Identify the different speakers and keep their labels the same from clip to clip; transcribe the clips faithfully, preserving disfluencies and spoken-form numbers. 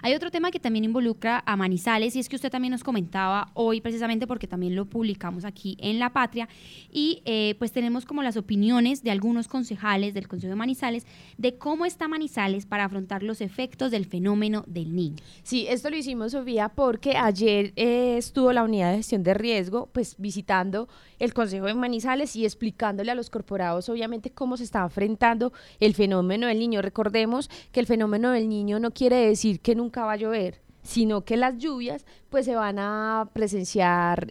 Speaker 1: Hay otro tema que también involucra a Manizales y es que usted también nos comentaba hoy precisamente porque también lo publicamos aquí en La Patria y eh, pues tenemos como las opiniones de algunos concejales del Consejo de Manizales de cómo está Manizales para afrontar los efectos del fenómeno del Niño.
Speaker 2: Sí, esto lo hicimos, Sofía, porque ayer eh, estuvo la unidad de gestión de riesgo pues visitando el Consejo de Manizales y explicándole a los corporados obviamente cómo se está enfrentando el fenómeno del Niño. Recordemos que el fenómeno del Niño no quiere decir que nunca va a llover, sino que las lluvias pues se van a presenciar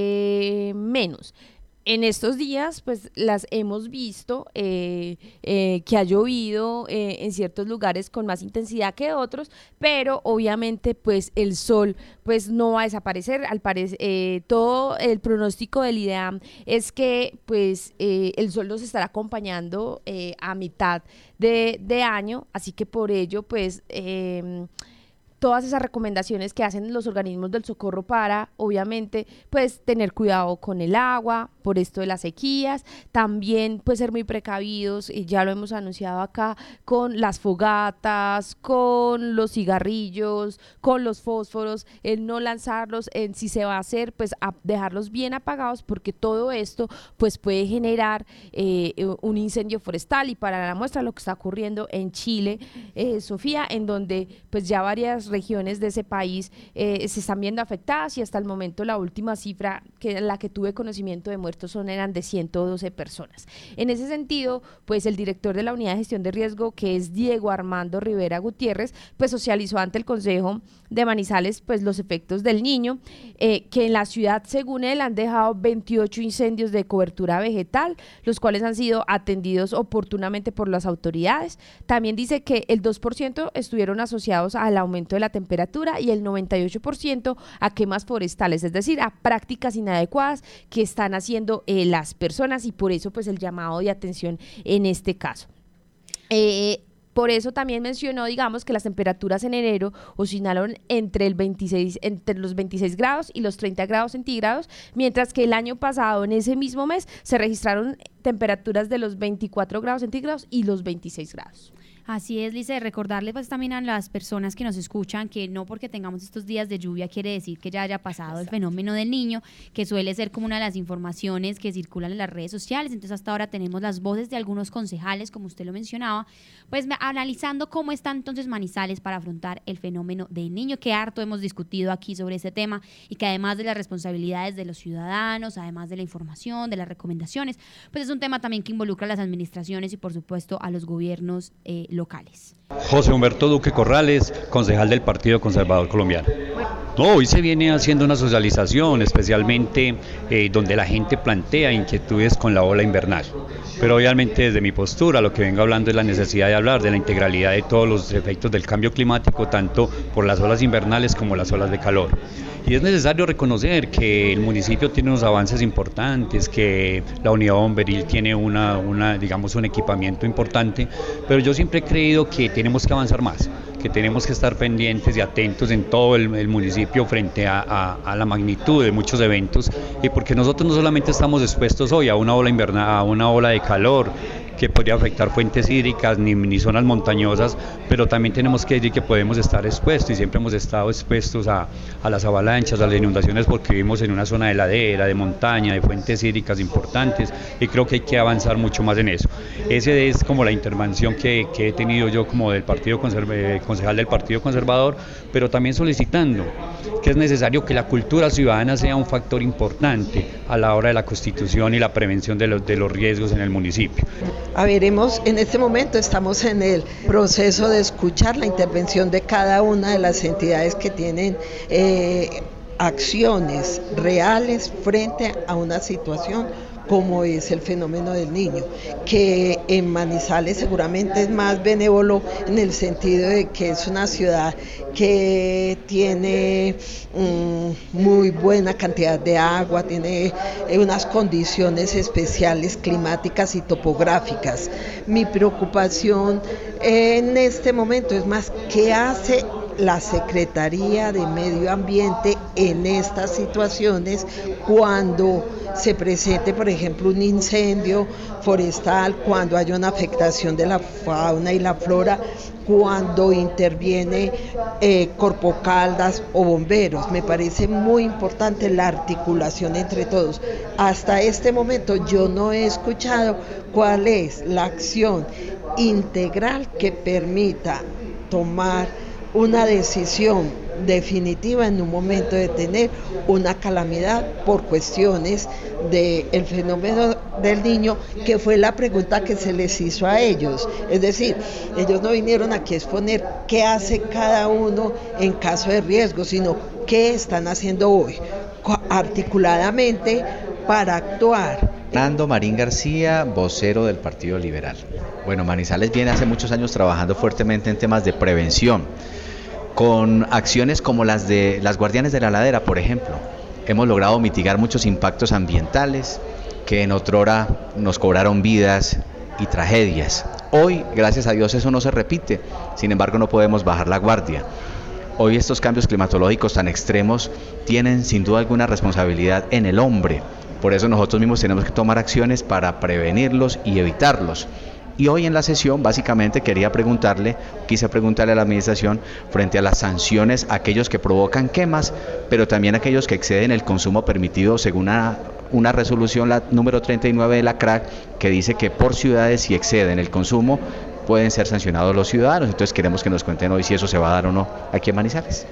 Speaker 2: eh, menos. En estos días, pues las hemos visto eh, eh, que ha llovido eh, en ciertos lugares con más intensidad que otros, pero obviamente, pues el sol, pues no va a desaparecer. Al parecer, eh, todo el pronóstico del IDEAM es que, pues, eh, el sol nos estará acompañando eh, a mitad de, de año, así que por ello, pues. Eh, todas esas recomendaciones que hacen los organismos del socorro para, obviamente, pues tener cuidado con el agua, por esto de las sequías, también pues ser muy precavidos, y ya lo hemos anunciado acá, con las fogatas, con los cigarrillos, con los fósforos, el no lanzarlos, en si se va a hacer, pues a dejarlos bien apagados, porque todo esto pues puede generar eh, un incendio forestal, y para la muestra lo que está ocurriendo en Chile, eh, Sofía, en donde pues ya varias regiones de ese país eh, se están viendo afectadas y hasta el momento la última cifra que la que tuve conocimiento de muertos son eran de ciento doce personas. En ese sentido, pues el director de la unidad de gestión de riesgo, que es Diego Armando Rivera Gutiérrez, pues socializó ante el Consejo de Manizales pues los efectos del Niño, eh, que en la ciudad, según él, han dejado veintiocho incendios de cobertura vegetal, los cuales han sido atendidos oportunamente por las autoridades. También dice que el dos por ciento estuvieron asociados al aumento de la temperatura y el noventa y ocho por ciento a quemas forestales, es decir, a prácticas inadecuadas que están haciendo eh, las personas, y por eso pues el llamado de atención en este caso. Eh, Por eso también mencionó, digamos, que las temperaturas en enero oscilaron entre, el veintiséis, entre los veintiséis grados y los treinta grados centígrados, mientras que el año pasado, en ese mismo mes, se registraron temperaturas de los veinticuatro grados centígrados y los veintiséis grados.
Speaker 1: Así es, Lice, recordarles pues también a las personas que nos escuchan que no porque tengamos estos días de lluvia quiere decir que ya haya pasado el fenómeno del Niño, que suele ser como una de las informaciones que circulan en las redes sociales. Entonces hasta ahora tenemos las voces de algunos concejales, como usted lo mencionaba, pues analizando cómo están entonces Manizales para afrontar el fenómeno del Niño, que harto hemos discutido aquí sobre ese tema, y que además de las responsabilidades de los ciudadanos, además de la información, de las recomendaciones, pues es un tema también que involucra a las administraciones y por supuesto a los gobiernos eh, locales.
Speaker 3: José Humberto Duque Corrales, concejal del Partido Conservador Colombiano. No, hoy se viene haciendo una socialización, especialmente eh, donde la gente plantea inquietudes con la ola invernal. Pero obviamente desde mi postura lo que vengo hablando es la necesidad de hablar de la integralidad de todos los efectos del cambio climático, tanto por las olas invernales como las olas de calor. Y es necesario reconocer que el municipio tiene unos avances importantes, que la unidad bomberil tiene una, una, digamos, un equipamiento importante, pero yo siempre he creído que tenemos que avanzar más, que tenemos que estar pendientes y atentos en todo el, el municipio frente a, a, a la magnitud de muchos eventos, y porque nosotros no solamente estamos expuestos hoy a una ola invernal, a una ola de calor que podría afectar fuentes hídricas ni, ni zonas montañosas, pero también tenemos que decir que podemos estar expuestos, y siempre hemos estado expuestos a, a las avalanchas, a las inundaciones, porque vivimos en una zona de ladera, de montaña, de fuentes hídricas importantes, y creo que hay que avanzar mucho más en eso. Esa es como la intervención que, que he tenido yo como del partido conserv- concejal del Partido Conservador, pero también solicitando que es necesario que la cultura ciudadana sea un factor importante a la hora de la constitución y la prevención de los, de los riesgos en el municipio.
Speaker 4: A ver, hemos, en este momento estamos en el proceso de escuchar la intervención de cada una de las entidades que tienen eh, acciones reales frente a una situación como es el fenómeno del Niño, que en Manizales seguramente es más benévolo en el sentido de que es una ciudad que tiene um, muy buena cantidad de agua, tiene eh, unas condiciones especiales climáticas y topográficas. Mi preocupación en este momento es más qué hace la Secretaría de Medio Ambiente en estas situaciones cuando se presente, por ejemplo, un incendio forestal, cuando haya una afectación de la fauna y la flora, cuando interviene eh, Corpocaldas o bomberos. Me parece muy importante la articulación entre todos. Hasta este momento yo no he escuchado cuál es la acción integral que permita tomar una decisión definitiva en un momento de tener una calamidad por cuestiones del fenómeno del Niño, que fue la pregunta que se les hizo a ellos. Es decir, ellos no vinieron aquí a exponer qué hace cada uno en caso de riesgo, sino qué están haciendo hoy articuladamente para actuar.
Speaker 5: Fernando Marín García, vocero del Partido Liberal. Bueno, Manizales viene hace muchos años trabajando fuertemente en temas de prevención, con acciones como las de las Guardianes de la Ladera, por ejemplo. Hemos logrado mitigar muchos impactos ambientales que en otrora nos cobraron vidas y tragedias. Hoy, gracias a Dios, eso no se repite, sin embargo no podemos bajar la guardia. Hoy estos cambios climatológicos tan extremos tienen sin duda alguna responsabilidad en el hombre. Por eso nosotros mismos tenemos que tomar acciones para prevenirlos y evitarlos. Y hoy en la sesión básicamente quería preguntarle, quise preguntarle a la administración frente a las sanciones a aquellos que provocan quemas, pero también a aquellos que exceden el consumo permitido según una, una resolución, la número treinta y nueve de la C R A C, que dice que por ciudades si exceden el consumo pueden ser sancionados los ciudadanos. Entonces queremos que nos cuenten hoy si eso se va a dar o no aquí en Manizales.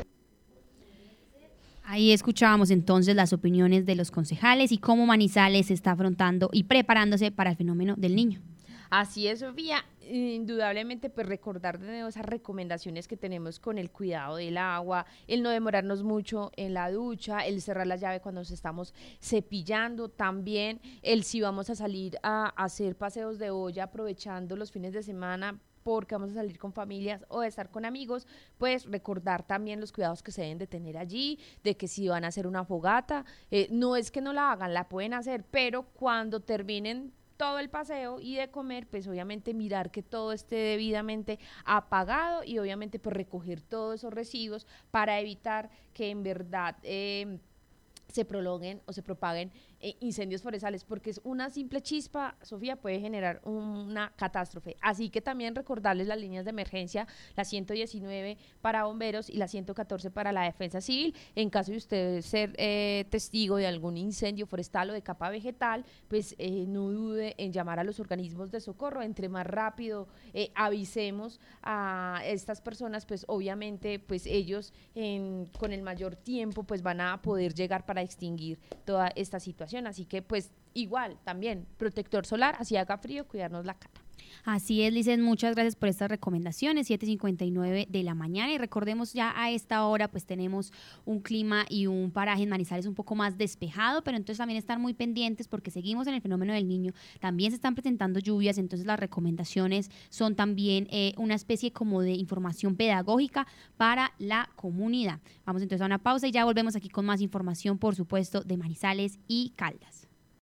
Speaker 1: Ahí escuchábamos entonces las opiniones de los concejales y cómo Manizales está afrontando y preparándose para el fenómeno del Niño.
Speaker 2: Así es, Sofía. Indudablemente, pues recordar de nuevo esas recomendaciones que tenemos con el cuidado del agua, el no demorarnos mucho en la ducha, el cerrar la llave cuando nos estamos cepillando, también el si vamos a salir a hacer paseos de olla aprovechando los fines de semana porque vamos a salir con familias o estar con amigos, pues recordar también los cuidados que se deben de tener allí, de que si van a hacer una fogata, eh, no es que no la hagan, la pueden hacer, pero cuando terminen todo el paseo y de comer, pues obviamente mirar que todo esté debidamente apagado y obviamente pues recoger todos esos residuos para evitar que en verdad eh, se prolonguen o se propaguen eh, incendios forestales, porque es una simple chispa, Sofía, puede generar una catástrofe. Así que también recordarles las líneas de emergencia, la ciento diecinueve para bomberos y la ciento catorce para la defensa civil. En caso de usted ser eh, testigo de algún incendio forestal o de capa vegetal, pues eh, no dude en llamar a los organismos de socorro. Entre más rápido eh, avisemos a estas personas, pues obviamente pues ellos en, con el mayor tiempo pues van a poder llegar para extinguir toda esta situación. Así que pues igual también protector solar, así haga frío, cuidarnos la cara.
Speaker 1: Así es, Licen, muchas gracias por estas recomendaciones, siete cincuenta y nueve de la mañana, y recordemos ya a esta hora pues tenemos un clima y un paraje en Manizales un poco más despejado, pero entonces también estar muy pendientes porque seguimos en el fenómeno del Niño, también se están presentando lluvias, entonces las recomendaciones son también eh, una especie como de información pedagógica para la comunidad. Vamos entonces a una pausa y ya volvemos aquí con más información, por supuesto, de Manizales y Caldas.